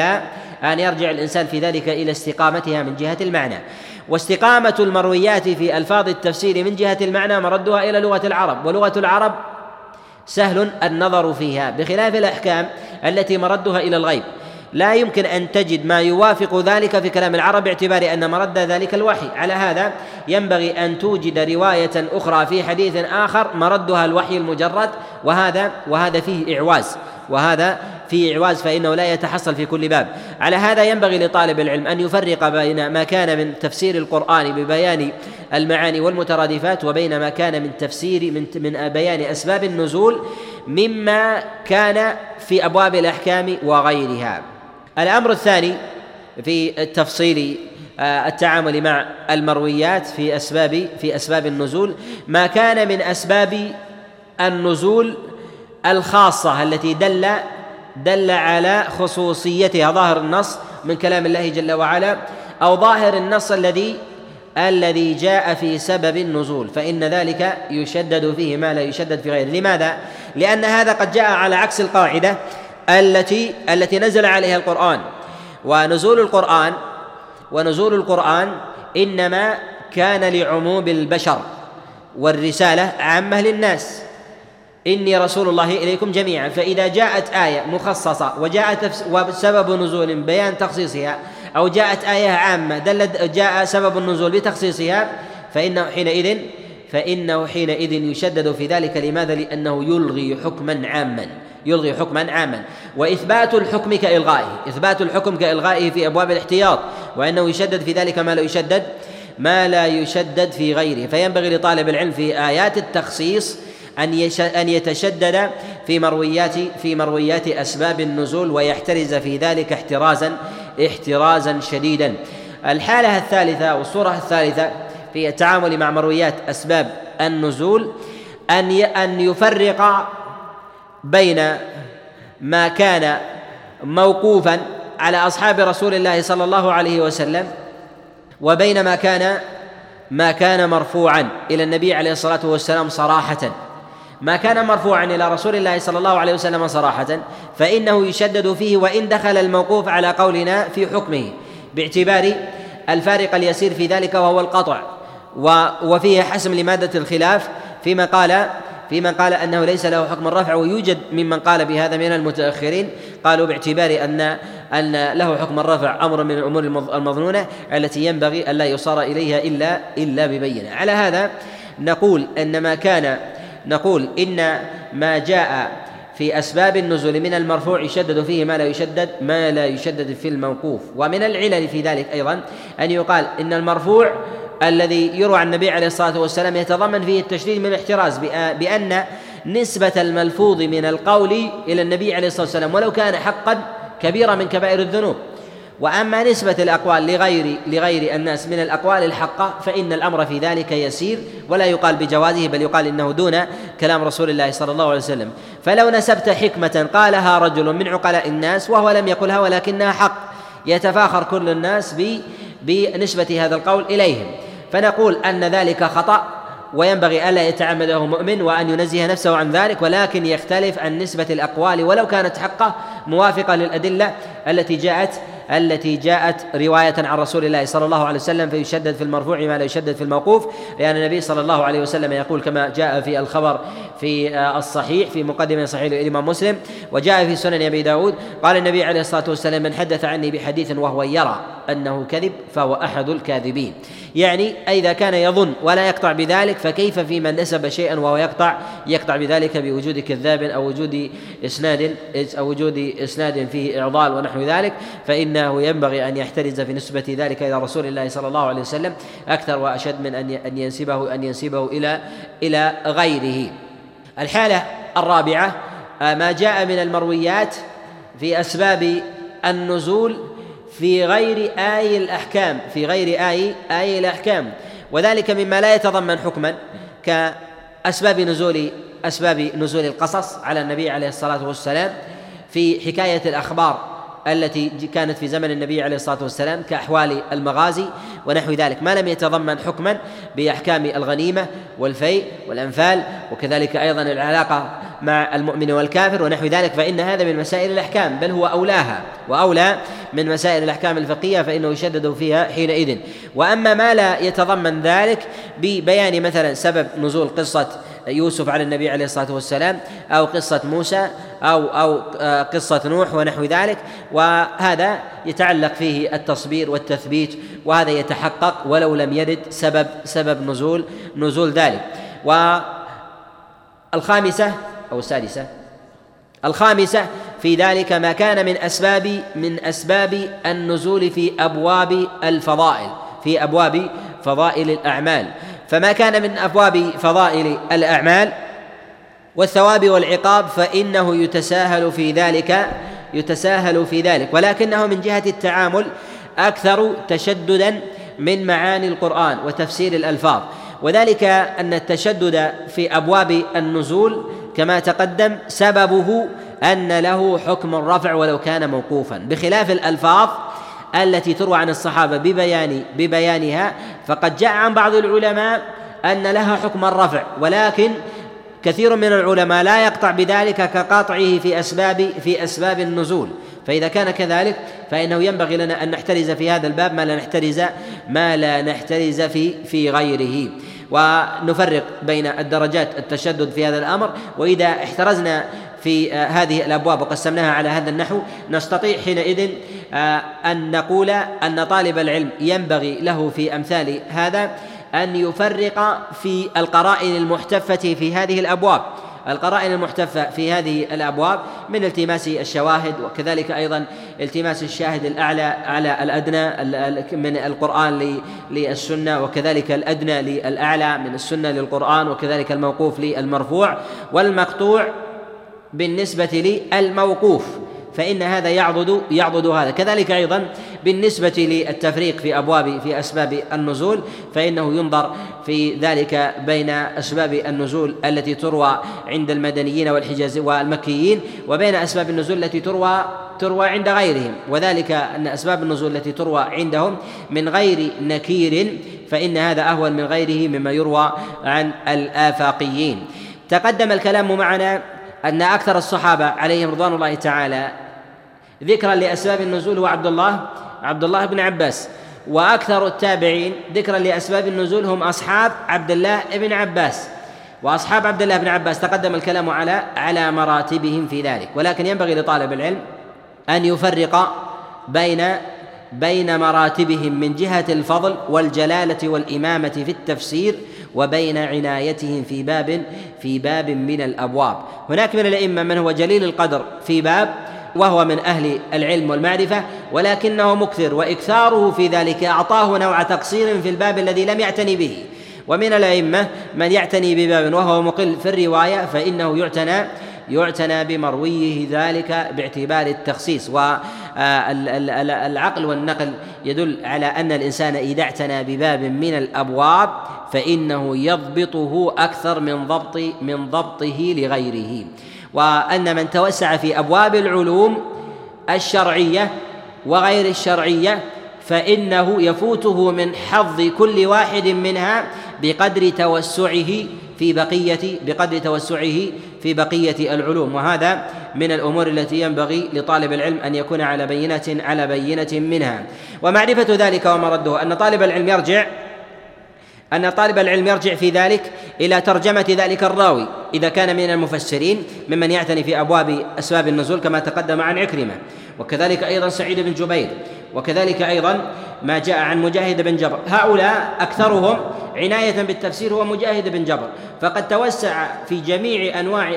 ذلك إلى استقامتها من جهة المعنى. واستقامة المرويات في ألفاظ التفسير من جهة المعنى مردها إلى لغة العرب، ولغة العرب سهل النظر فيها، بخلاف الأحكام التي مردها إلى الغيب. لا يمكن أن تجد ما يوافق ذلك في كلام العرب باعتبار أن مرد ذلك الوحي. على هذا ينبغي أن توجد رواية أخرى في حديث آخر مردها الوحي المجرد، وهذا فيه إعواز فإنه لا يتحصل في كل باب. على هذا ينبغي لطالب العلم أن يفرق بين ما كان من تفسير القرآن ببيان المعاني والمترادفات وبين ما كان من بيان أسباب النزول مما كان في أبواب الأحكام وغيرها. الأمر الثاني في التفصيل التعامل مع المرويات في أسباب النزول ما كان من أسباب النزول الخاصة التي دل على خصوصيتها ظاهر النص من كلام الله جل وعلا، أو ظاهر النص الذي جاء في سبب النزول، فإن ذلك يشدد فيه ما لا يشدد في غيره. لماذا؟ لأن هذا قد جاء على عكس القاعدة التي نزل عليها القرآن. ونزول القرآن إنما كان لعموم البشر، والرسالة عامة للناس، إني رسول الله إليكم جميعا. فإذا جاءت آية مخصصة وسبب نزول بيان تخصيصها، أو جاءت آية عامة جاء سبب النزول بتخصيصها، فإنه حينئذ يشدد في ذلك. لماذا؟ لأنه يلغي حكما عاما، وإثبات الحكم كإلغائه في أبواب الاحتياط، وأنه يشدد في ذلك ما لا يشدد في غيره. فينبغي لطالب العلم في آيات التخصيص أن يتشدد في مرويات أسباب النزول، ويحترز في ذلك احترازا شديدا. الحالة الثالثة والصورة الثالثة في التعامل مع مرويات أسباب النزول أن يفرق بين ما كان موقوفا على أصحاب رسول الله صلى الله عليه وسلم وبين ما كان مرفوعا إلى النبي عليه الصلاة والسلام صراحة. ما كان مرفوعا إلى رسول الله صلى الله عليه وسلم صراحة فإنه يشدد فيه وإن دخل الموقوف على قولنا في حكمه، باعتبار الفارق اليسير في ذلك وهو القطع، وفيه حسم لمادة الخلاف فيما قال أنه ليس له حكم الرفع. ويوجد ممن قال بهذا من المتأخرين، قالوا باعتبار أن له حكم الرفع أمر من الأمور المظنونة التي ينبغي أن لا يصار إليها إلا ببينة. على هذا نقول إن ما جاء في أسباب النزول من المرفوع يشدد فيه ما لا يشدد في الموقوف. ومن العلل في ذلك أيضا أن يقال إن المرفوع الذي يروى عن النبي عليه الصلاة والسلام يتضمن فيه التشديد من الاحتراز بأن نسبة الملفوظ من القول إلى النبي عليه الصلاة والسلام ولو كان حقا كبيرة من كبائر الذنوب. وأما نسبة الأقوال لغير الناس من الأقوال الحقة فإن الأمر في ذلك يسير ولا يقال بجوازه، بل يقال إنه دون كلام رسول الله صلى الله عليه وسلم. فلو نسبت حكمة قالها رجل من عقلاء الناس وهو لم يقلها ولكنها حق، يتفاخر كل الناس بنسبة هذا القول إليهم، فنقول أن ذلك خطأ وينبغي ألا يتعمده مؤمن وأن ينزه نفسه عن ذلك، ولكن يختلف عن نسبة الأقوال ولو كانت حقه موافقة للأدلة التي جاءت رواية عن رسول الله صلى الله عليه وسلم، فيشدد في المرفوع ما لا يشدد في الموقوف، لأن النبي صلى الله عليه وسلم يقول كما جاء في الخبر في الصحيح في مقدمة صحيح الإمام مسلم وجاء في سنن أبي داود، قال النبي عليه الصلاة والسلام: من حدث عني بحديث وهو يرى أنه كذب فهو أحد الكاذبين. يعني إذا كان يظن ولا يقطع بذلك فكيف في من نسب شيئا وهو يقطع بذلك بوجود كذاب أو وجود إسناد فيه إعضال ونحو ذلك، فإنه ينبغي أن يحترز في نسبة ذلك إلى رسول الله صلى الله عليه وسلم أكثر وأشد من أن ينسبه إلى غيره. الحالة الرابعة ما جاء من المرويات في أسباب النزول في غير آي الأحكام، وذلك مما لا يتضمن حكما كأسباب نزول القصص على النبي عليه الصلاة والسلام في حكاية الأخبار التي كانت في زمن النبي عليه الصلاة والسلام كأحوال المغازي ونحو ذلك، ما لم يتضمن حكما بأحكام الغنيمة والفيء والأنفال، وكذلك أيضا العلاقة مع المؤمن والكافر ونحو ذلك، فإن هذا من مسائل الأحكام، بل هو أولى من مسائل الأحكام الفقهية، فإنه يشدد فيها حينئذ. وأما ما لا يتضمن ذلك ببيان مثلا سبب نزول قصة يوسف على النبي عليه الصلاة والسلام أو قصة موسى أو قصة نوح ونحو ذلك، وهذا يتعلق فيه التصبير والتثبيت، وهذا يتحقق ولو لم يرد سبب نزول ذلك. والخامسة أو السادسة في ذلك ما كان من أسباب النزول في أبواب الفضائل، في أبواب فضائل الأعمال. فما كان من أبواب فضائل الأعمال والثواب والعقاب فإنه يتساهل في ذلك، ولكنه من جهة التعامل أكثر تشددا من معاني القرآن وتفسير الألفاظ، وذلك أن التشدد في أبواب النزول كما تقدم سببه أن له حكم الرفع ولو كان موقوفا، بخلاف الألفاظ التي تروى عن الصحابة ببيانها، فقد جاء عن بعض العلماء أن لها حكم الرفع، ولكن كثير من العلماء لا يقطع بذلك كقاطعه في أسباب النزول. فإذا كان كذلك فإنه ينبغي لنا أن نحترز في هذا الباب ما لا نحترز في غيره، ونفرق بين الدرجات التشدد في هذا الأمر. وإذا احترزنا في هذه الأبواب وقسمناها على هذا النحو نستطيع حينئذ أن نقول أن طالب العلم ينبغي له في أمثال هذا أن يفرق في القرائن المحتفة في هذه الأبواب. القرائن المحتفة في هذه الأبواب من التماس الشواهد، وكذلك أيضا التماس الشاهد الأعلى على الأدنى من القرآن للسنة، وكذلك الأدنى للأعلى من السنة للقرآن، وكذلك الموقوف للمرفوع، والمقطوع بالنسبة للموقوف، فإن هذا يعضد هذا. كذلك أيضا بالنسبة للتفريق في أسباب النزول فإنه ينظر في ذلك بين أسباب النزول التي تروى عند المدنيين والحجاز والمكيين وبين أسباب النزول التي تروى عند غيرهم، وذلك أن أسباب النزول التي تروى عندهم من غير نكير فإن هذا أهون من غيره مما يروى عن الآفاقيين. تقدم الكلام معنا أن أكثر الصحابة عليهم رضوان الله تعالى ذكرا لأسباب النزول هو عبد الله بن عباس، وأكثر التابعين ذكرا لأسباب النزول هم أصحاب عبد الله بن عباس. وأصحاب عبد الله بن عباس تقدم الكلام على مراتبهم في ذلك، ولكن ينبغي لطالب العلم أن يفرق بين مراتبهم من جهة الفضل والجلالة والإمامة في التفسير وبين عنايتهم في باب من الأبواب. هناك من الأئمة من هو جليل القدر في باب وهو من أهل العلم والمعرفة، ولكنه مكثر، وإكثاره في ذلك أعطاه نوع تقصير في الباب الذي لم يعتني به. ومن الأئمة من يعتني بباب وهو مقل في الرواية، فإنه يعتنى بمرويه ذلك باعتبار التخصيص. والعقل والنقل يدل على أن الإنسان إذا اعتنى بباب من الأبواب فإنه يضبطه أكثر من ضبطه لغيره، وأن من توسع في أبواب العلوم الشرعية وغير الشرعية فإنه يفوته من حظ كل واحد منها بقدر توسعه في بقية العلوم. وهذا من الأمور التي ينبغي لطالب العلم أن يكون على بينة منها. ومعرفة ذلك ومرده أن طالب العلم يرجع في ذلك إلى ترجمة ذلك الراوي إذا كان من المفسرين ممن يعتني في أبواب أسباب النزول كما تقدم عن عكرمة، وكذلك أيضا سعيد بن جبير، وكذلك أيضا ما جاء عن مجاهد بن جبر. هؤلاء أكثرهم عناية بالتفسير هو مجاهد بن جبر، فقد توسع في جميع أنواع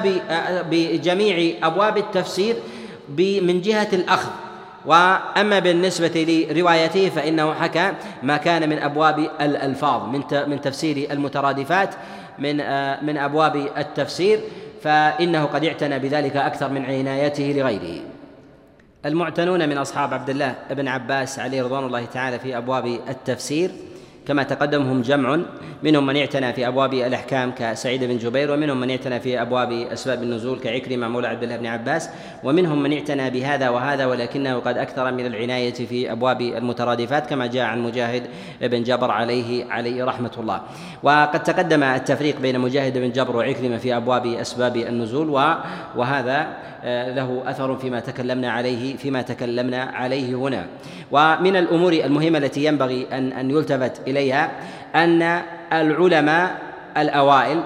بجميع أبواب التفسير من جهة الأخذ. وأما بالنسبة لروايته فإنه حكى ما كان من أبواب الألفاظ من تفسير المترادفات من أبواب التفسير، فإنه قد اعتنى بذلك أكثر من عنايته لغيره. المعتنون من أصحاب عبد الله بن عباس عليه رضوان الله تعالى في أبواب التفسير كما تقدمهم جمع، منهم من اعتنى في أبواب الأحكام كسعيد بن جبير، ومنهم من اعتنى في أبواب أسباب النزول كعكرمة مولى عبد الله بن عباس، ومنهم من اعتنى بهذا وهذا ولكنه قد أكثر من العناية في أبواب المترادفات كما جاء عن مجاهد بن جبر عليه رحمة الله. وقد تقدم التفريق بين مجاهد بن جبر وعكرمة في أبواب أسباب النزول، وهذا له أثر فيما تكلمنا عليه هنا. ومن الأمور المهمة التي ينبغي أن يلتفت إليها أن العلماء الأوائل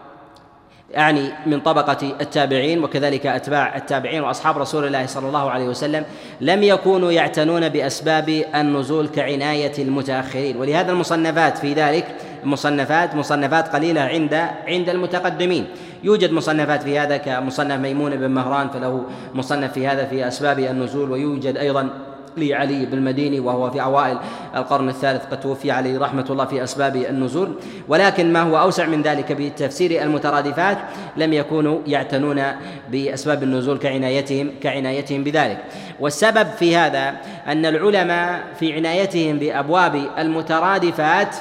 يعني من طبقة التابعين وكذلك أتباع التابعين وأصحاب رسول الله صلى الله عليه وسلم لم يكونوا يعتنون بأسباب النزول كعناية المتأخرين، ولهذا المصنفات في ذلك مصنفات قليلة عند المتقدمين. يوجد مصنفات في هذا كمصنف ميمون بن مهران فله مصنف في هذا في أسباب النزول، ويوجد أيضا لعلي بن المديني وهو في أوائل القرن الثالث قد توفي عليه رحمة الله في أسباب النزول. ولكن ما هو أوسع من ذلك بتفسير المترادفات لم يكونوا يعتنون بأسباب النزول كعنايتهم بذلك. والسبب في هذا أن العلماء في عنايتهم بأبواب المترادفات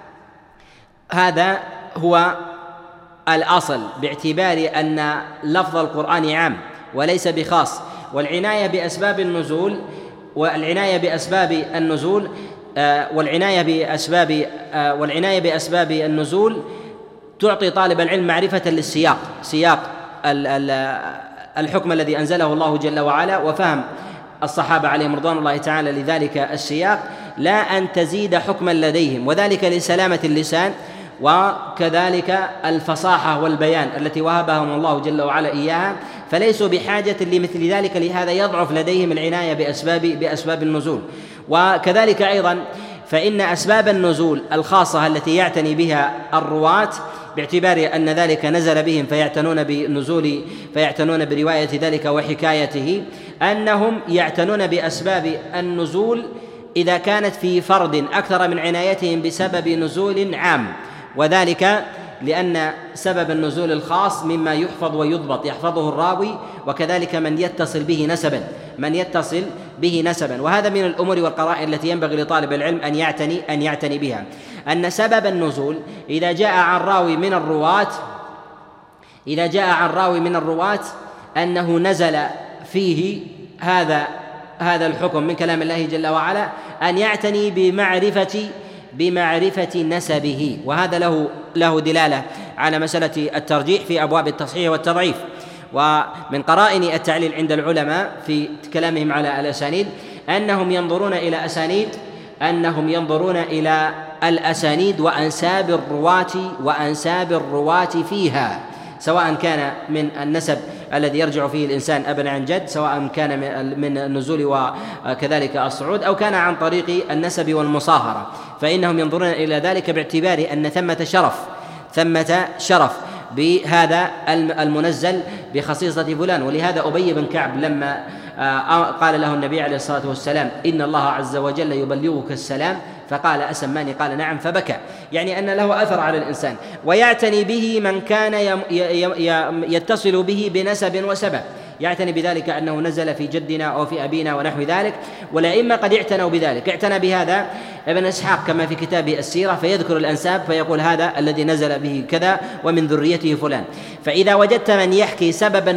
هذا هو الأصل، باعتبار أن لفظ القرآن عام وليس بخاص، والعناية بأسباب النزول تعطي طالب العلم معرفة سياق الحكم الذي أنزله الله جل وعلا، وفهم الصحابة عليهم رضوان الله تعالى لذلك السياق، لا أن تزيد حكما لديهم، وذلك لسلامة اللسان وكذلك الفصاحة والبيان التي وهبهم الله جل وعلا إياها، فليسوا بحاجة لمثل ذلك، لهذا يضعف لديهم العناية بأسباب النزول. وكذلك أيضا فإن أسباب النزول الخاصة التي يعتني بها الرواة باعتبار أن ذلك نزل بهم فيعتنون برواية ذلك وحكايته، أنهم يعتنون بأسباب النزول إذا كانت في فرد أكثر من عنايتهم بسبب نزول عام، وذلك لأن سبب النزول الخاص مما يحفظ ويضبط، يحفظه الراوي وكذلك من يتصل به نسبا. وهذا من الأمور والقرائن التي ينبغي لطالب العلم أن يعتني بها، أن سبب النزول إذا جاء عن راوي من الرواة أنه نزل فيه هذا الحكم من كلام الله جل وعلا، أن يعتني بمعرفة نسبه، وهذا له دلالة على مسألة الترجيح في أبواب التصحيح والتضعيف. ومن قرائن التعليل عند العلماء في كلامهم على الأسانيد أنهم ينظرون إلى الأسانيد وأنساب الرواة فيها، سواء كان من النسب الذي يرجع فيه الإنسان أبا عن جد، سواء كان من النزول وكذلك الصعود أو كان عن طريق النسب والمصاهرة، فإنهم ينظرون إلى ذلك باعتبار أن ثمة شرف بهذا المنزل بخصيصة فلان. ولهذا أبي بن كعب لما قال له النبي عليه الصلاة والسلام إن الله عز وجل يبلغك السلام فقال أسماني؟ قال نعم، فبكى، يعني أن له أثر على الإنسان. ويعتني به من كان يتصل به بنسب وسبب، يعتني بذلك أنه نزل في جدنا أو في أبينا ونحو ذلك. والأئمة قد اعتنوا بذلك، اعتنى بهذا ابن إسحاق كما في كتابه السيرة، فيذكر الأنساب فيقول هذا الذي نزل به كذا ومن ذريته فلان. فإذا وجدت من يحكي سبب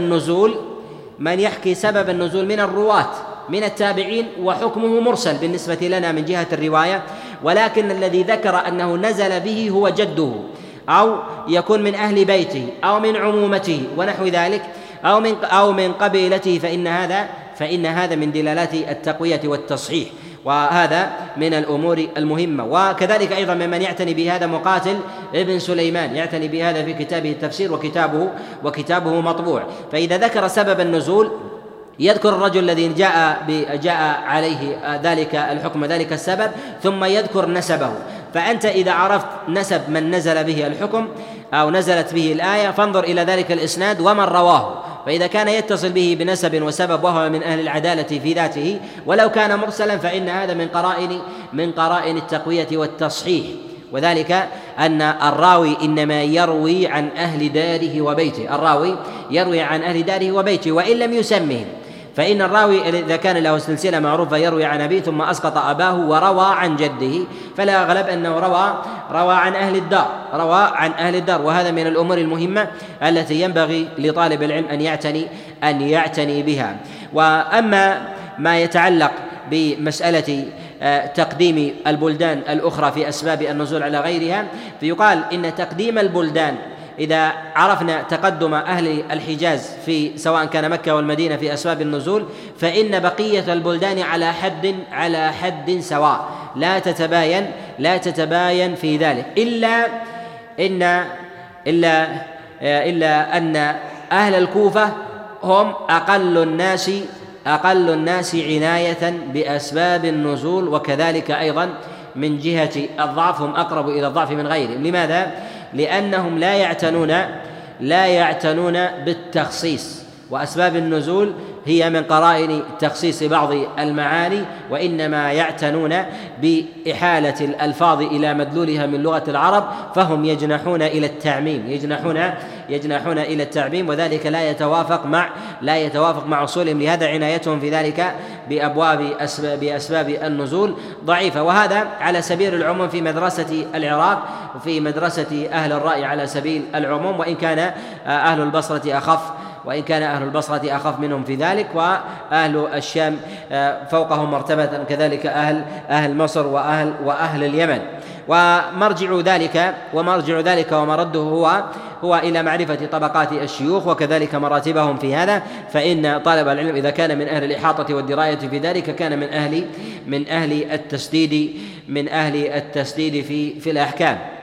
النزول من الرواة من التابعين وحكمه مرسل بالنسبة لنا من جهة الرواية، ولكن الذي ذكر أنه نزل به هو جده أو يكون من أهل بيته أو من عمومته ونحو ذلك أو من قبيلته، فإن هذا من دلالات التقوية والتصحيح، وهذا من الأمور المهمة. وكذلك أيضا ممن يعتني بهذا مقاتل ابن سليمان، يعتني بهذا في كتابه التفسير وكتابه مطبوع. فإذا ذكر سبب النزول يذكر الرجل الذي جاء عليه ذلك الحكم ذلك السبب، ثم يذكر نسبه. فأنت إذا عرفت نسب من نزل به الحكم أو نزلت به الآية فانظر إلى ذلك الإسناد ومن رواه، فإذا كان يتصل به بنسب وسبب وهو من أهل العدالة في ذاته ولو كان مرسلا فإن هذا من قرائن التقوية والتصحيح. وذلك أن الراوي إنما يروي عن أهل داره وبيته، وإن لم يسمهم، فإن الراوي إذا كان له سلسلة معروفة يروي عن أبيه ثم أسقط أباه وروى عن جده، فلا أغلب أنه روى عن أهل الدار، وهذا من الأمور المهمة التي ينبغي لطالب العلم أن يعتني بها. وأما ما يتعلق بمسألة تقديم البلدان الأخرى في أسباب النزول على غيرها، فيقال إن تقديم البلدان إذا عرفنا تقدم أهل الحجاز في سواء كان مكة والمدينة في أسباب النزول، فإن بقية البلدان على حد سواء لا تتباين في ذلك، إلا أن أهل الكوفة هم أقل الناس عناية بأسباب النزول، وكذلك أيضا من جهة الضعف هم أقرب إلى الضعف من غيرهم. لماذا؟ لأنهم لا يعتنون بالتخصيص، وأسباب النزول هي من قرائن تخصيص بعض المعاني، وإنما يعتنون بإحالة الألفاظ إلى مدلولها من لغة العرب، فهم يجنحون إلى التعميم، وذلك لا يتوافق مع أصولهم. لهذا عنايتهم في ذلك بأسباب النزول ضعيفة. وهذا على سبيل العموم في مدرسة العراق وفي مدرسة أهل الرأي على سبيل العموم، وإن كان أهل البصرة أخف منهم في ذلك، وأهل الشام فوقهم مرتبة، كذلك أهل مصر وأهل اليمن. ومرجع ذلك ومرده هو إلى معرفة طبقات الشيوخ وكذلك مراتبهم في هذا، فإن طالب العلم إذا كان من أهل الإحاطة والدراية في ذلك كان من أهل التسديد في الأحكام.